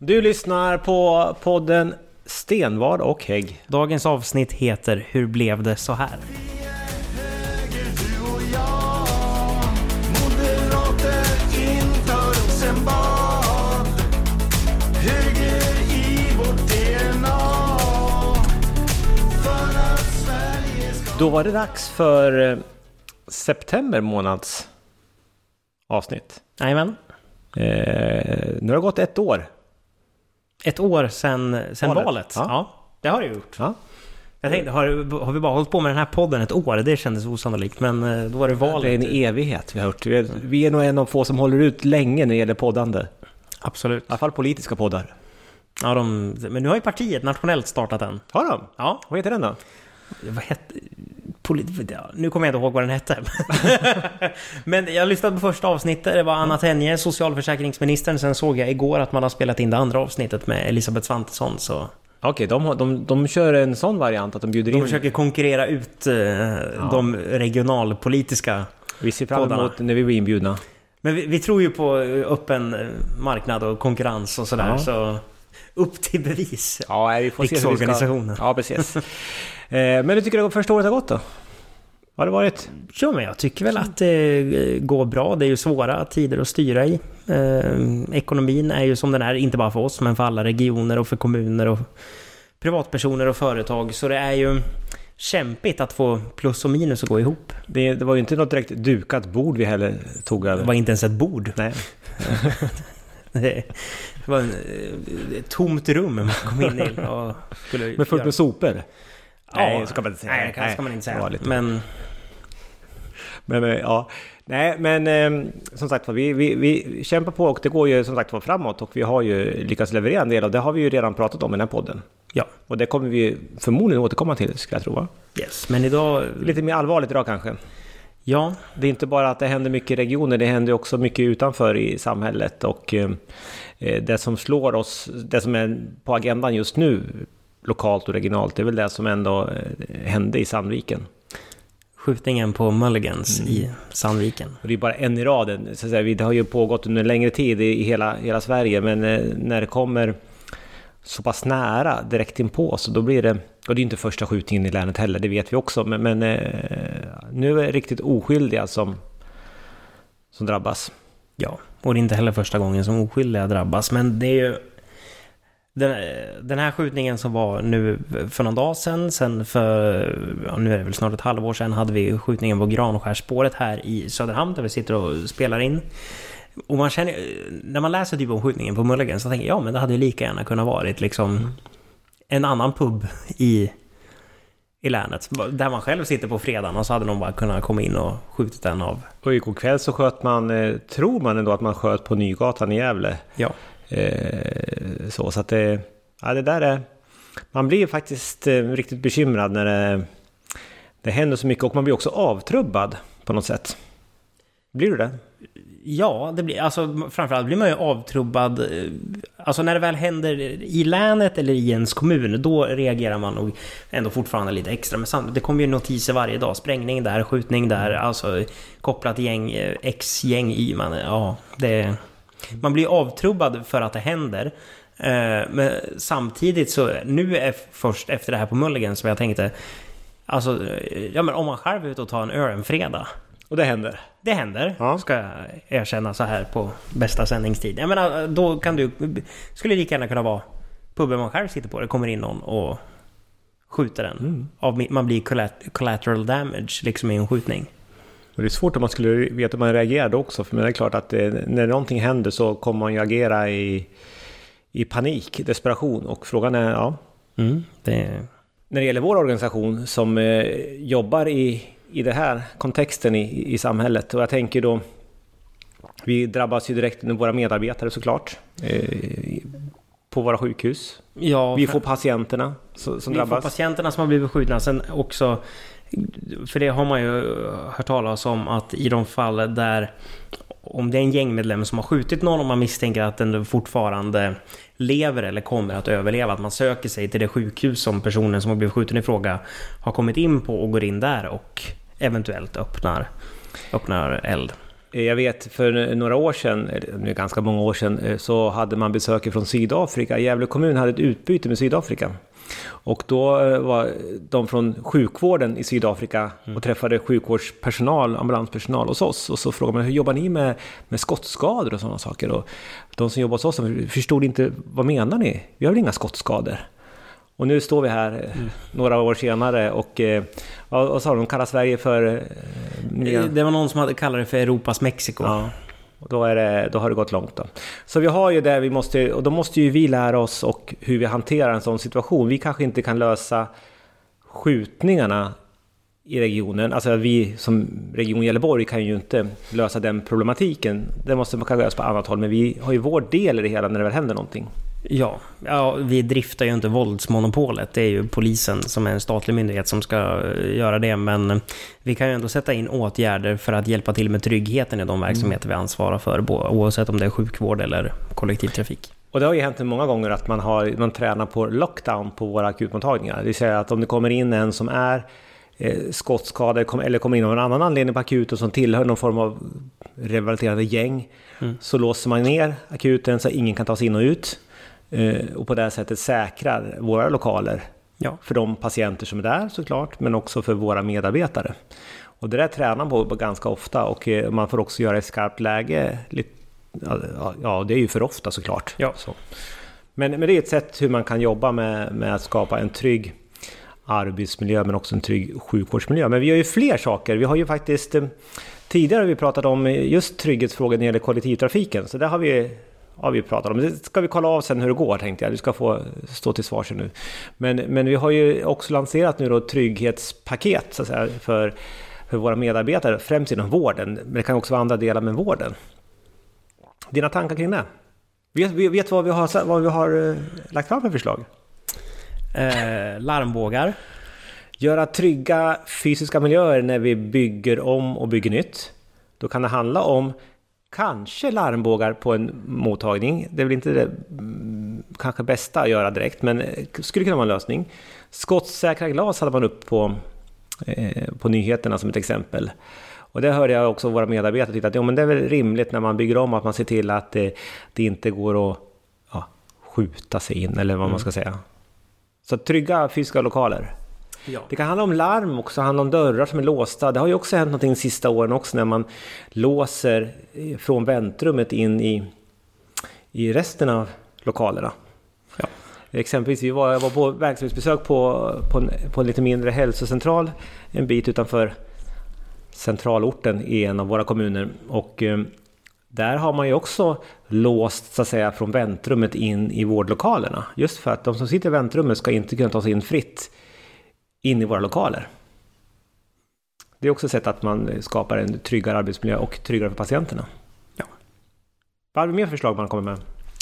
Du lyssnar på podden Stenvard och Hägg. Dagens avsnitt heter Hur blev det så här? Då var det dags för september månads avsnitt. Jajamän. Nu har det gått ett år. Ett år sedan valet. Ja, det har det gjort. Ja. Jag tänkte, har vi bara hållit på med den här podden ett år? Det kändes osannolikt, men då var det valet. Det är en evighet vi har hört. Vi är nog en av få som håller ut länge när det gäller poddande. Absolut. I alla fall politiska poddar. Ja, men nu har ju partiet nationellt startat den. Har de? Ja. Vad heter den då? Vad hette... Nu kommer jag inte ihåg vad den hette. Men jag lyssnade på första avsnittet. Det var Anna Tenje, socialförsäkringsministern. Sen såg jag igår att man har spelat in det andra avsnittet med Elisabeth Svantesson. Så... Okej, de kör en sån variant att de bjuder in... De försöker konkurrera ut de regionalpolitiska. Vi ser fram emot när vi blir inbjudna. Men vi tror ju på öppen marknad och konkurrens och sådär. Ja. Så upp till bevis. Ja, vi får se hur vi ska... Ja, precis. Men du tycker att första året har gått då? Har det varit? Ja, men jag tycker väl att det går bra. Det är ju svåra tider att styra i. Ekonomin är ju som den är, inte bara för oss, men för alla regioner och för kommuner och privatpersoner och företag. Så det är ju kämpigt att få plus och minus att gå ihop. Det var ju inte något direkt dukat bord vi heller tog över. Det var inte ens ett bord. Nej. Det var ett tomt rum man kom in i. Och skulle men fullt med sopor? Nej, så kan man inte säga. Nej, det ska man inte säga. Men ja. Nej, men som sagt vi kämpar på och det går ju som sagt framåt och vi har ju lyckats leverera en del och det har vi ju redan pratat om i den här podden. Ja. Och det kommer vi förmodligen återkomma till, ska jag tro, va? Yes, men idag... Lite mer allvarligt idag kanske. Ja. Det är inte bara att det händer mycket i regioner, det händer också mycket utanför i samhället och det som slår oss, det som är på agendan just nu lokalt och regionalt, det är väl det som ändå hände i Sandviken. Skjutningen på Mulligans i Sandviken. Och det är bara en i raden. Så att säga, det har ju pågått under en längre tid i hela Sverige, men när det kommer så pass nära direkt inpå så då blir det, och det är inte första skjutningen i länet heller, det vet vi också, men nu är det riktigt oskyldiga som drabbas. Ja, och det är inte heller första gången som oskyldiga drabbas, men det är ju den här skjutningen som var nu för någon dag sen för, ja, nu är det väl snart ett halvår sedan, hade vi skjutningen på Granskärsspåret här i Söderhamn där vi sitter och spelar in. Och man känner, när man läser typ om skjutningen på Mulligan så tänker jag, ja men det hade ju lika gärna kunnat varit liksom en annan pub i länet där man själv sitter på fredagen och så hade någon bara kunnat komma in och skjutit den av. Och igår kväll så sköt man, tror man ändå att man sköt på Nygatan i Gävle. Ja. Så att det där är, man blir faktiskt riktigt bekymrad när det händer så mycket och man blir också avtrubbad på något sätt. Blir du det? Ja, det blir, alltså framförallt blir man ju avtrubbad, alltså när det väl händer i länet eller i ens kommun, då reagerar man nog ändå fortfarande lite extra, men det kommer ju notiser varje dag, sprängning där, skjutning där, alltså kopplat gäng, ex-gäng i man blir avtrubbad för att det händer, men samtidigt så nu är först efter det här på Mulligan som jag tänkte, alltså, ja men om man själv är ute och tar en öl en fredag. Och det händer? Det händer, ja. Ska jag erkänna så här på bästa sändningstid. Jag menar, då skulle det lika gärna kunna vara puben man själv sitter på. Det kommer in någon och skjuter den. Man blir collateral damage liksom i en skjutning. Och det är svårt om man skulle veta hur man reagerar också. För det är klart att när någonting händer så kommer man ju agera i panik, desperation. Och frågan är, ja. När det gäller vår organisation som jobbar i den här kontexten i samhället. Och jag tänker då, vi drabbas ju direkt med våra medarbetare såklart. På våra sjukhus. Ja, vi får patienterna som drabbas. Vi får patienterna som har blivit skjutna. Sen också, för det har man ju hört talas om att i de fall där, om det är en gängmedlem som har skjutit någon och man misstänker att den fortfarande lever eller kommer att överleva, att man söker sig till det sjukhus som personen som har blivit skjuten i fråga har kommit in på och går in där och eventuellt öppnar eld. Jag vet för några år sedan, eller nu ganska många år sedan, så hade man besök från Sydafrika. Gävle kommun hade ett utbyte med Sydafrika. Och då var de från sjukvården i Sydafrika och träffade sjukvårdspersonal, ambulanspersonal hos oss. Och så frågade man, hur jobbar ni med skottskador och sådana saker? Och de som jobbar hos oss förstod inte, vad menar ni? Vi har väl inga skottskador? Och nu står vi här några år senare och vad sa de kallar Sverige för... Det var någon som hade kallat det för Europas Mexiko. Ja. Och då har det gått långt då. Så vi har ju det vi måste, och då måste ju vi lära oss och hur vi hanterar en sån situation. Vi kanske inte kan lösa skjutningarna i regionen. Alltså vi som Region Gävleborg kan ju inte lösa den problematiken. Det måste man kanske lösa på annat håll. Men vi har ju vår del i det hela när det väl händer någonting. Ja, vi driftar ju inte våldsmonopolet. Det är ju polisen som är en statlig myndighet som ska göra det. Men vi kan ju ändå sätta in åtgärder för att hjälpa till med tryggheten i de verksamheter vi ansvarar för. Oavsett om det är sjukvård eller kollektivtrafik. Och det har ju hänt många gånger att man tränar på lockdown på våra akutmottagningar. Det vill säga att om det kommer in en som är skottskadad eller kommer in av en annan anledning på akuten som tillhör någon form av rivaliserande gäng, så låser man ner akuten så ingen kan ta sig in och ut. Och på det sättet säkrar våra lokaler för de patienter som är där såklart, men också för våra medarbetare. Och det där tränar man på ganska ofta, och man får också göra ett skarpt läge. Ja, det är ju för ofta såklart. Ja. Så. Men det är ett sätt hur man kan jobba med att skapa en trygg arbetsmiljö, men också en trygg sjukvårdsmiljö. Men vi gör ju fler saker. Vi har ju faktiskt tidigare vi pratat om just trygghetsfrågor när det gäller kollektivtrafiken. Så där har vi pratat om. Det ska vi kolla av sen hur det går, tänkte jag. Du ska få stå till svars nu. Men vi har ju också lanserat nu då trygghetspaket så att säga, för våra medarbetare, främst inom vården. Men det kan också vara andra delar med vården. Dina tankar kring det? Vet vad vi har lagt fram för förslag? Larmbågar. Göra trygga fysiska miljöer när vi bygger om och bygger nytt. Då kan det handla om kanske larmbågar på en mottagning. Det är väl inte det kanske bästa att göra direkt, men skulle kunna vara en lösning. Skottsäkra glas hade man upp på nyheterna som ett exempel. Och det hörde jag också våra medarbetare tycka att men det är väl rimligt när man bygger om att man ser till att det inte går att skjuta sig in eller vad man ska säga. Så trygga fysiska lokaler. Ja. Det kan handla om larm också, handla om dörrar som är låsta. Det har ju också hänt någonting de sista åren också när man låser från väntrummet in i resten av lokalerna. Ja. Exempelvis jag var på verksamhetsbesök på en lite mindre hälsocentral en bit utanför centralorten i en av våra kommuner, och där har man ju också låst så att säga från väntrummet in i vårdlokalerna, just för att de som sitter i väntrummet ska inte kunna ta sig in fritt in i våra lokaler. Det är också ett sätt att man skapar en tryggare arbetsmiljö och tryggare för patienterna. Ja. Vad är det mer förslag man kommer med?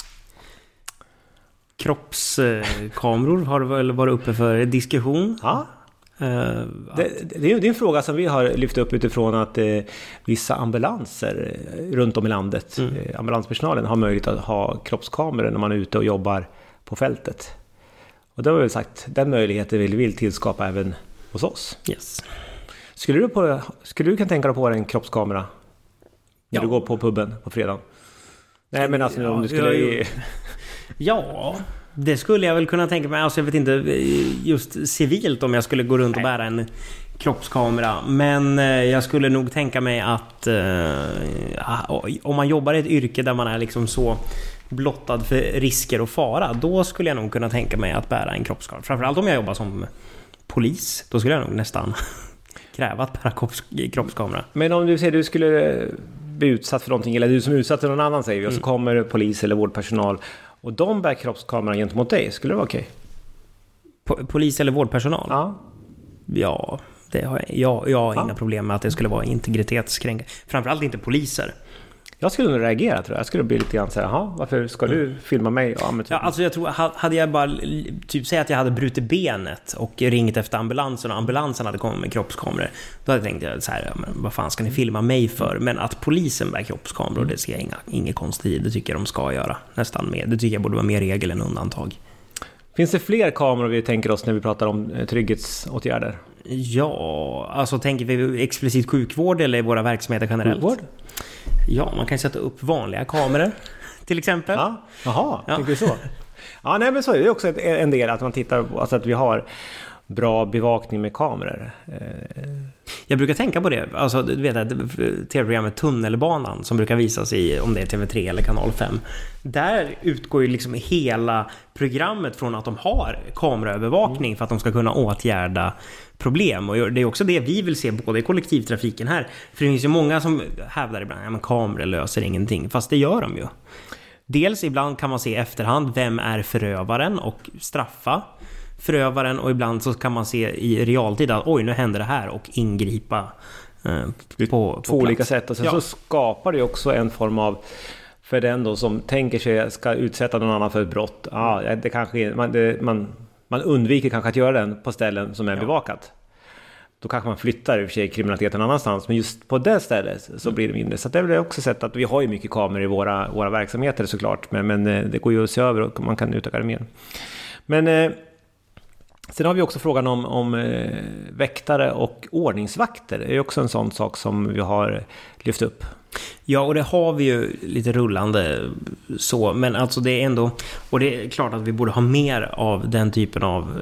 Kroppskameror har väl varit uppe för diskussion. Ja. Det är en fråga som vi har lyft upp utifrån att vissa ambulanser runt om i landet, ambulanspersonalen har möjlighet att ha kroppskameror när man är ute och jobbar på fältet. Och det har vi väl sagt, den möjligheten vill vi tillskapa även hos oss. Yes. Skulle du kunna tänka dig på en kroppskamera när du går på puben på fredag? Nej, men alltså om du skulle... Ja, det skulle jag väl kunna tänka mig. Alltså jag vet inte just civilt om jag skulle gå runt och bära en kroppskamera. Men jag skulle nog tänka mig att om man jobbar i ett yrke där man är liksom så blottad för risker och fara, då skulle jag nog kunna tänka mig att bära en kroppskamera. Framförallt om jag jobbar som polis, då skulle jag nog nästan kräva att bära kroppskamera. Men om du skulle bli utsatt för någonting, eller du som är utsatt för någon annan säger vi, och så kommer polis eller vårdpersonal och de bär kroppskameran gentemot dig, skulle det vara okej? Polis eller vårdpersonal? Ja, det har jag har inga problem med att det skulle vara integritetskränkande. Framförallt inte poliser. Jag skulle nog reagera, tror jag. Jag skulle bli lite grann så här, varför ska du filma mig? Ja, alltså jag tror, hade jag bara typ säga att jag hade brutit benet och ringt efter ambulansen och ambulansen hade kommit med kroppskameror, då hade jag tänkt så här, men vad fan ska ni filma mig för? Men att polisen bär kroppskameror, det ser jag inget konstigt i. Det tycker jag de ska göra, nästan mer. Det tycker jag borde vara mer regel än undantag. Finns det fler kameror vi tänker oss när vi pratar om trygghetsåtgärder? Ja, alltså tänker vi explicit sjukvård eller våra verksamheter generellt? Sjukvård? Ja, man kan sätta upp vanliga kameror till exempel. Ja, jaha, tänker du så? Ja, nej, men så är det också en del att man tittar på, alltså att vi har bra bevakning med kameror. Jag brukar tänka på det, alltså du vet att tv-programmet Tunnelbanan som brukar visas i, om det är TV3 eller kanal 5. Där utgår ju liksom hela programmet från att de har kameraövervakning för att de ska kunna åtgärda problem. Och det är också det vi vill se både i kollektivtrafiken här. För det finns ju många som hävdar ibland att kameror löser ingenting, fast det gör de ju. Dels ibland kan man se i efterhand vem är förövaren och straffa förövaren, och ibland så kan man se i realtid att oj, nu händer det här och ingripa på två olika sätt. Och sen så skapar det också en form av, för den då som tänker sig ska utsätta någon annan för ett brott. Det kanske man undviker kanske att göra den på ställen som är bevakat. Då kanske man flyttar i och för sig kriminaliteten någon annanstans, men just på det stället så blir det mindre. Så det är väl också sett att vi har ju mycket kameror i våra verksamheter såklart, men det går ju att se över och man kan utöka det mer. Men sen har vi också frågan om väktare och ordningsvakter. Det är också en sån sak som vi har lyft upp. Ja, och det har vi ju lite rullande så, men alltså det är ändå, och det är klart att vi borde ha mer av den typen av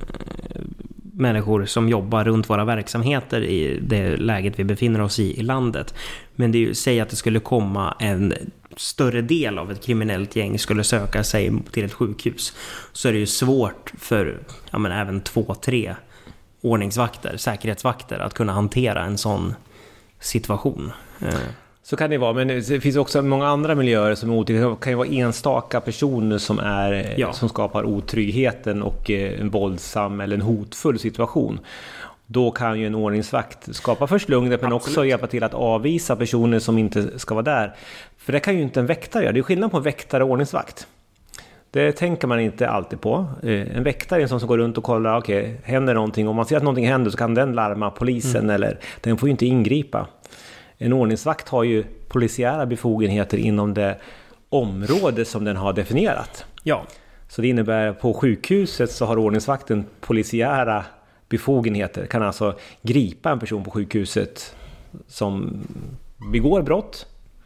människor som jobbar runt våra verksamheter i det läget vi befinner oss i landet. Men det är ju, säg att det skulle komma en större del av ett kriminellt gäng skulle söka sig till ett sjukhus, så är det ju svårt för även 2-3 ordningsvakter, säkerhetsvakter att kunna hantera en sån situation. Så kan det vara, men det finns också många andra miljöer som är otrygga. Det kan ju vara enstaka personer som skapar otryggheten och en våldsam eller en hotfull situation. Då kan ju en ordningsvakt skapa först lugnet, men också hjälpa till att avvisa personer som inte ska vara där. För det kan ju inte en väktare göra. Det är skillnad på väktare och ordningsvakt. Det tänker man inte alltid på. En väktare är en sån som går runt och kollar, okej, händer någonting. Om man ser att någonting händer så kan den larma polisen, eller den får ju inte ingripa. En ordningsvakt har ju polisiära befogenheter inom det område som den har definierat. Ja. Så det innebär på sjukhuset så har ordningsvakten polisiära befogenheter. Kan alltså gripa en person på sjukhuset som begår brott.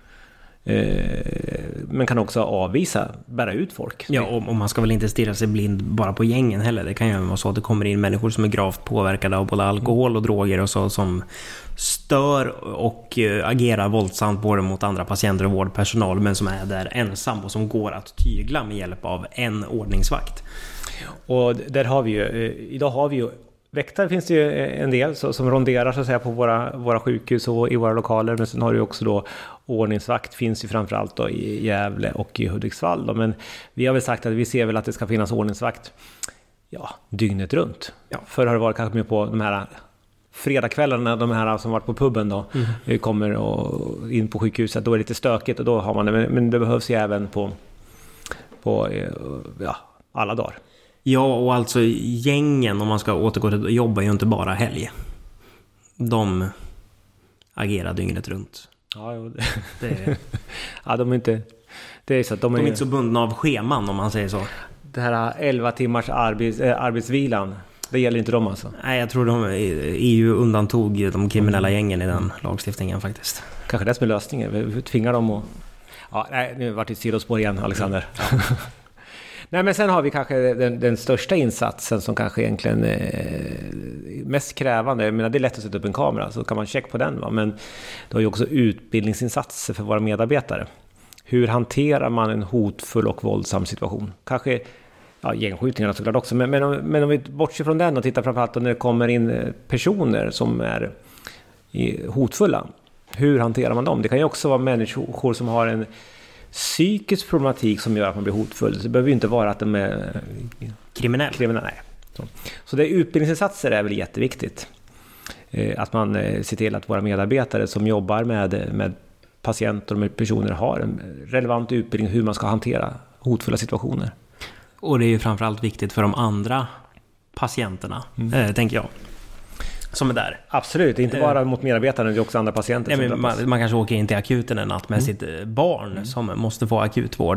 Men kan också avvisa, bära ut folk. Ja, och man ska väl inte stirra sig blind bara på gängen heller. Det kan ju vara så att det kommer in människor som är gravt påverkade av både alkohol och droger och så, som stör och agerar våldsamt både mot andra patienter och vårdpersonal, men som är där ensam och som går att tygla med hjälp av en ordningsvakt. Och där har vi ju, idag har vi ju väktare, finns det ju en del som ronderar så att säga på våra sjukhus och i våra lokaler, men sen har det ju också då ordningsvakt, finns ju framförallt då i Gävle och i Hudiksvall då. Men vi har väl sagt att vi ser väl att det ska finnas ordningsvakt dygnet runt. Ja. Förr har det varit kanske med på de här fredagskvällarna, de här som varit på puben då, kommer och in på sjukhuset, då är det lite stökigt och då har man det, men det behövs ju även på alla dagar. Ja, och alltså gängen, om man ska återgå till, jobbar ju inte bara helg. De agerar dygnet runt. Ja, ja, de är inte... Det är så att de är inte så bundna av scheman, om man säger så. Det här 11 timmars arbetsvilan, det gäller inte dem alltså? Nej, jag tror EU undantog de kriminella gängen i den lagstiftningen faktiskt. Kanske det som är lösningen. Vi tvingar dem att... Ja, nej, nu vart det sidospår igen, Alexander. Ja. Nej, men sen har vi kanske den största insatsen som kanske egentligen är mest krävande. Jag menar, det är lätt att sätta upp en kamera, så kan man checka på den. Va? Men det har ju också utbildningsinsatser för våra medarbetare. Hur hanterar man en hotfull och våldsam situation? Kanske gängskjutningarna såklart också. Men om vi bortser från den och tittar framförallt när det kommer in personer som är hotfulla. Hur hanterar man dem? Det kan ju också vara människor som har en psykisk problematik som gör att man blir hotfull. Så det behöver ju inte vara att de är kriminella. Så det är utbildningsinsatser är väl jätteviktigt. Att man ser till att våra medarbetare som jobbar med patienter och med personer har en relevant utbildning hur man ska hantera hotfulla situationer. Och det är ju framförallt viktigt för de andra patienterna, tänker jag. Som är där. Absolut, inte bara mot medarbetarna, det är också andra patienter. Man kanske åker in till akuten en natt med sitt barn som måste få akutvård.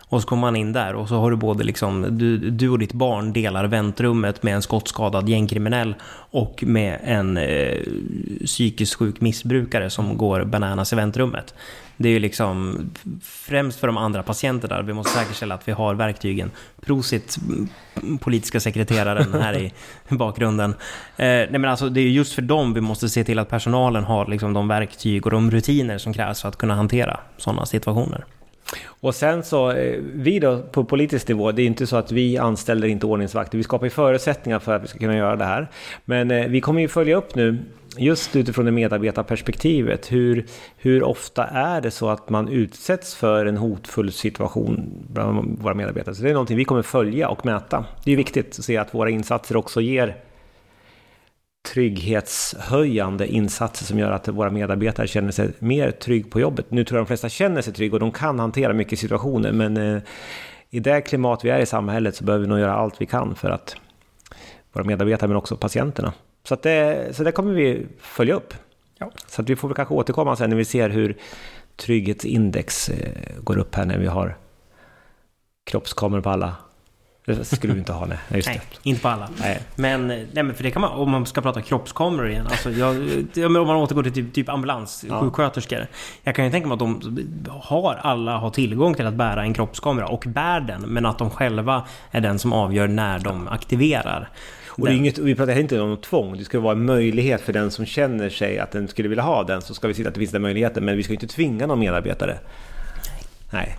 Och så kommer man in där och så har du både liksom, du och ditt barn delar väntrummet med en skottskadad gängkriminell och med en psykiskt sjuk missbrukare som går bananas i väntrummet. Det är ju liksom främst för de andra patienterna. Vi måste säkerställa att vi har verktygen. Prosit, politiska sekreteraren här i bakgrunden. Nej, men alltså, det är just för dem vi måste se till att personalen har liksom de verktyg och de rutiner som krävs för att kunna hantera sådana situationer. Och sen så, vi då på politisk nivå, det är inte så att vi anställer inte ordningsvakter. Vi skapar ju förutsättningar för att vi ska kunna göra det här. Men vi kommer ju följa upp nu, just utifrån det medarbetarperspektivet. Hur ofta är det så att man utsätts för en hotfull situation bland våra medarbetare? Så det är någonting vi kommer följa och mäta. Det är viktigt att se att våra insatser också ger trygghetshöjande insatser som gör att våra medarbetare känner sig mer trygg på jobbet. Nu tror jag de flesta känner sig trygg och de kan hantera mycket situationer, men i det klimat vi är i samhället så behöver vi nog göra allt vi kan för att våra medarbetare men också patienterna. Så det kommer vi följa upp. Ja. Så att vi får väl kanske återkomma sen när vi ser hur trygghetsindex går upp här när vi har kroppskameror på alla. Det skulle vi inte ha, nej. Just nej, det. Inte på alla. Nej. Men för det kan man, om man ska prata kroppskameror igen. Alltså om man återgår till typ sjuksköterskor. Jag kan ju tänka mig att alla har tillgång till att bära en kroppskamera och bär den, men att de själva är den som avgör när de aktiverar. Och det är inget, vi pratar inte om något tvång. Det ska vara en möjlighet för den som känner sig att den skulle vilja ha den, så ska vi se att det finns den möjligheten, men vi ska inte tvinga någon medarbetare. Nej.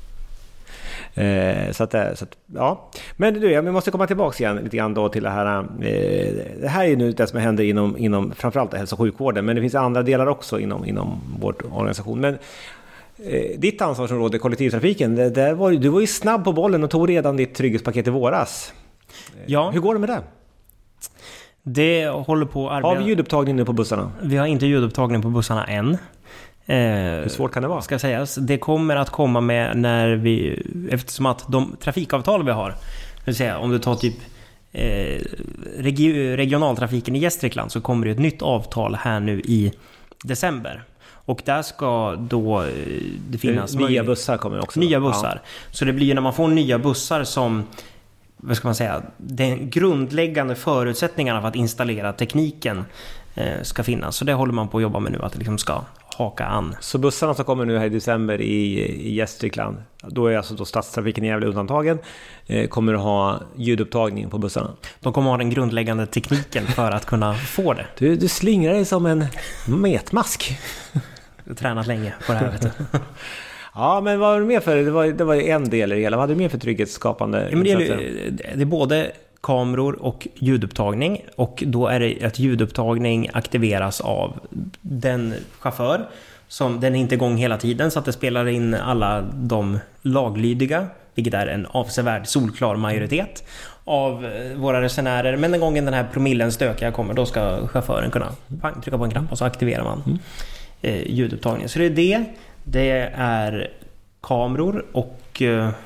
Så att, ja. Men du, vi måste komma tillbaka igen lite grann då till det här. Det här är nu det som händer inom framförallt hälso- och sjukvården, men det finns andra delar också inom vår organisation. Men ditt ansvarsområde, kollektivtrafiken, du var ju snabb på bollen och tog redan ditt trygghetspaket i våras. Ja. Hur går det med det? Det håller på att arbeta. Har vi ljudupptagning nu på bussarna? Vi har inte ljudupptagning på bussarna än. Hur svårt kan det vara? Ska sägas. Det kommer att komma med när vi, eftersom att de trafikavtal vi har, vill säga om du tar typ regionaltrafiken i Gästrikland, så kommer det ett nytt avtal här nu i december. Och där ska då det finnas nya bussar kommer också. Nya bussar. Ja. Så det blir ju när man får nya bussar som, vad ska man säga, den grundläggande förutsättningarna för att installera tekniken ska finnas. Så det håller man på att jobba med nu, att det liksom ska haka an. Så bussarna som kommer nu här i december i Gästrikland, då är alltså då stadstrafiken i Gävle undantagen, kommer att ha ljudupptagning på bussarna. De kommer att ha den grundläggande tekniken för att kunna få det. Du slingrar dig som en metmask. Du har tränat länge på det här, vet du. Ja, men vad var det mer för? Det var en del i det hela. Vad hade du mer för trygghetsskapande? Ja, men det är både kameror och ljudupptagning, och då är det att ljudupptagning aktiveras av den chaufför som den är inte igång hela tiden, så att det spelar in alla de laglydiga, vilket är en avsevärd solklar majoritet av våra resenärer. Men den gången den här promillen stökiga kommer, då ska chauffören kunna trycka på en knapp och så aktiverar man ljudupptagningen. Så det är kameror och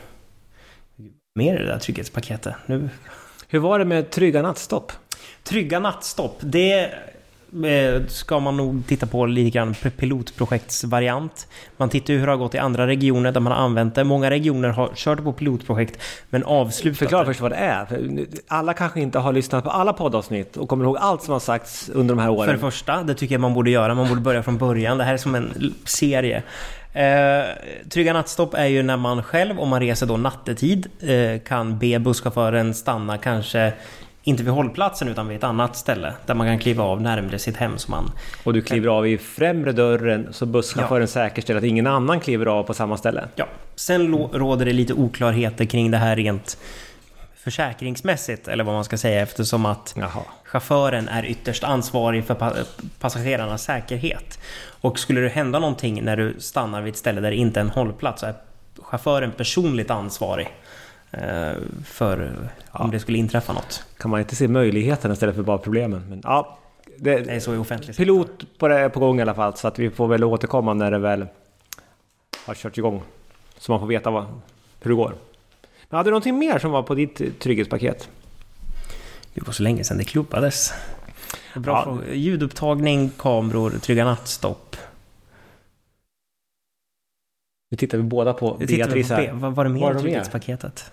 mer i det där trygghetspaketet. Nu. Hur var det med trygga nattstopp? Trygga nattstopp, det ska man nog titta på lite grann pilotprojektsvariant. Man tittar ju hur det har gått i andra regioner där man har använt det. Många regioner har kört på pilotprojekt men avslutat. Förklara först vad det är. Alla kanske inte har lyssnat på alla poddavsnitt och kommer ihåg allt som har sagts under de här åren. För det första, det tycker jag man borde göra. Man borde börja från början. Det här är som en serie. Trygga nattstopp är ju när man själv, om man reser då nattetid, kan be busschauffören stanna kanske inte vid hållplatsen utan vid ett annat ställe där man kan kliva av närmare sitt hem. Och du kliver av i främre dörren så busschauffören säkerställer att ingen annan kliver av på samma ställe. Ja, sen råder det lite oklarheter kring det här rent försäkringsmässigt, eller vad man ska säga, eftersom att chauffören är ytterst ansvarig för passagerarnas säkerhet. Och skulle det hända någonting när du stannar vid ett ställe där det inte är en hållplats, så är chauffören personligt ansvarig för om det skulle inträffa något. Kan man inte se möjligheten istället för bara problemen? Men ja, det är så i offentligt. Pilot på gång i alla fall, så att vi får väl återkomma när det väl har kört igång, så man får veta hur det går. Men hade du någonting mer som var på ditt trygghetspaket? Det var så länge sedan det klubbades. Bra fråga. Ljudupptagning, kameror, trygga nattstopp. Nu tittar vi båda på Beatrice här. Vad var det med trygghetspaketet?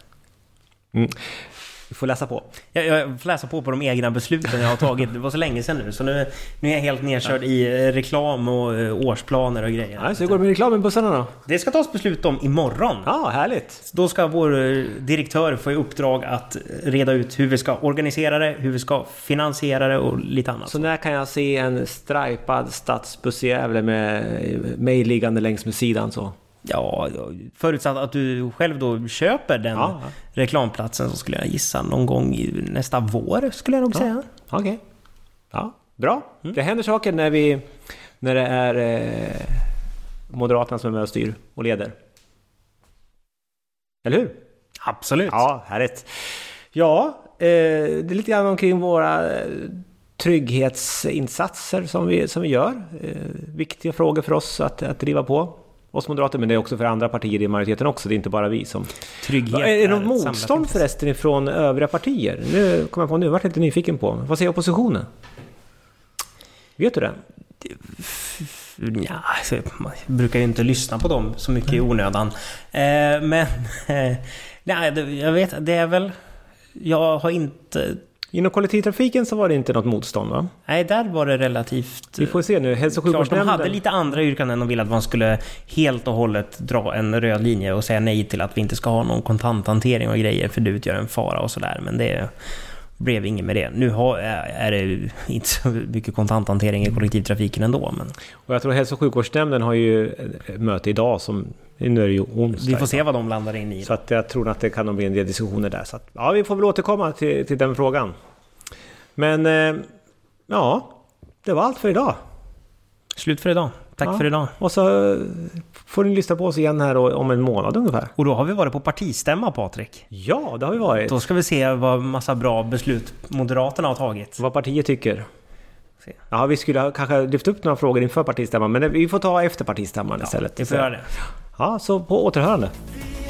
Vi får läsa på. Jag får läsa på de egna besluten jag har tagit. Det var så länge sedan nu. Så nu är jag helt nedkörd i reklam och årsplaner och grejer. Ja, så går det med reklam i bussarna då? Det ska tas beslut om imorgon. Ja, härligt. Då ska vår direktör få i uppdrag att reda ut hur vi ska organisera det, hur vi ska finansiera det och lite annat. Så när kan jag se en stripad stadsbussjävle med mig liggande längs med sidan så? Ja, förutsatt att du själv då köper den reklamplatsen, så skulle jag gissa någon gång i nästa vår, skulle jag nog säga. Okej. Ja, bra. Det händer saker när det är Moderaterna som är med och styr och leder. Eller hur? Absolut. Ja, härligt. Ja, det är lite grann omkring våra trygghetsinsatser som vi gör. Viktiga frågor för oss att driva på. Oss moderater, men det är också för andra partier i majoriteten också. Det är inte bara vi som... Trygghet är det någon motstånd förresten ifrån övriga partier? Nu kommer jag på, nu vart jag lite nyfiken på. Vad säger oppositionen? Vet du det? Ja, alltså, man brukar ju inte lyssna på dem så mycket i onödan. Men nej, jag vet, det är väl... Jag har inte... Inom kollektivtrafiken så var det inte något motstånd, va? Nej, där var det relativt... Vi får se nu, hälso- och sjukvårdsnämnden... De hade lite andra yrkanden. De ville att man skulle helt och hållet dra en röd linje och säga nej till att vi inte ska ha någon kontanthantering och grejer, för det utgör en fara och sådär. Men det blev inget med det. Nu är det inte så mycket kontanthantering i kollektivtrafiken ändå. Men... Och jag tror hälso- och sjukvårdsnämnden har ju möte idag som... Nu är det ju onsdag. Vi får se vad de landar in i. Så att jag tror att det kan nog bli en del diskussioner där. Så att, ja, vi får väl återkomma till den frågan. Men ja, det var allt för idag. Slut för idag. Tack för idag. Och så får ni lyssna på oss igen här om en månad ungefär. Och då har vi varit på partistämma, Patrik. Ja, det har vi varit. Då ska vi se vad massa bra beslut Moderaterna har tagit. Vad partiet tycker. Ja, vi skulle kanske lyft upp några frågor inför partistämman, men vi får ta efter partistämman istället. Vi får göra det. Ja, så på återhörande.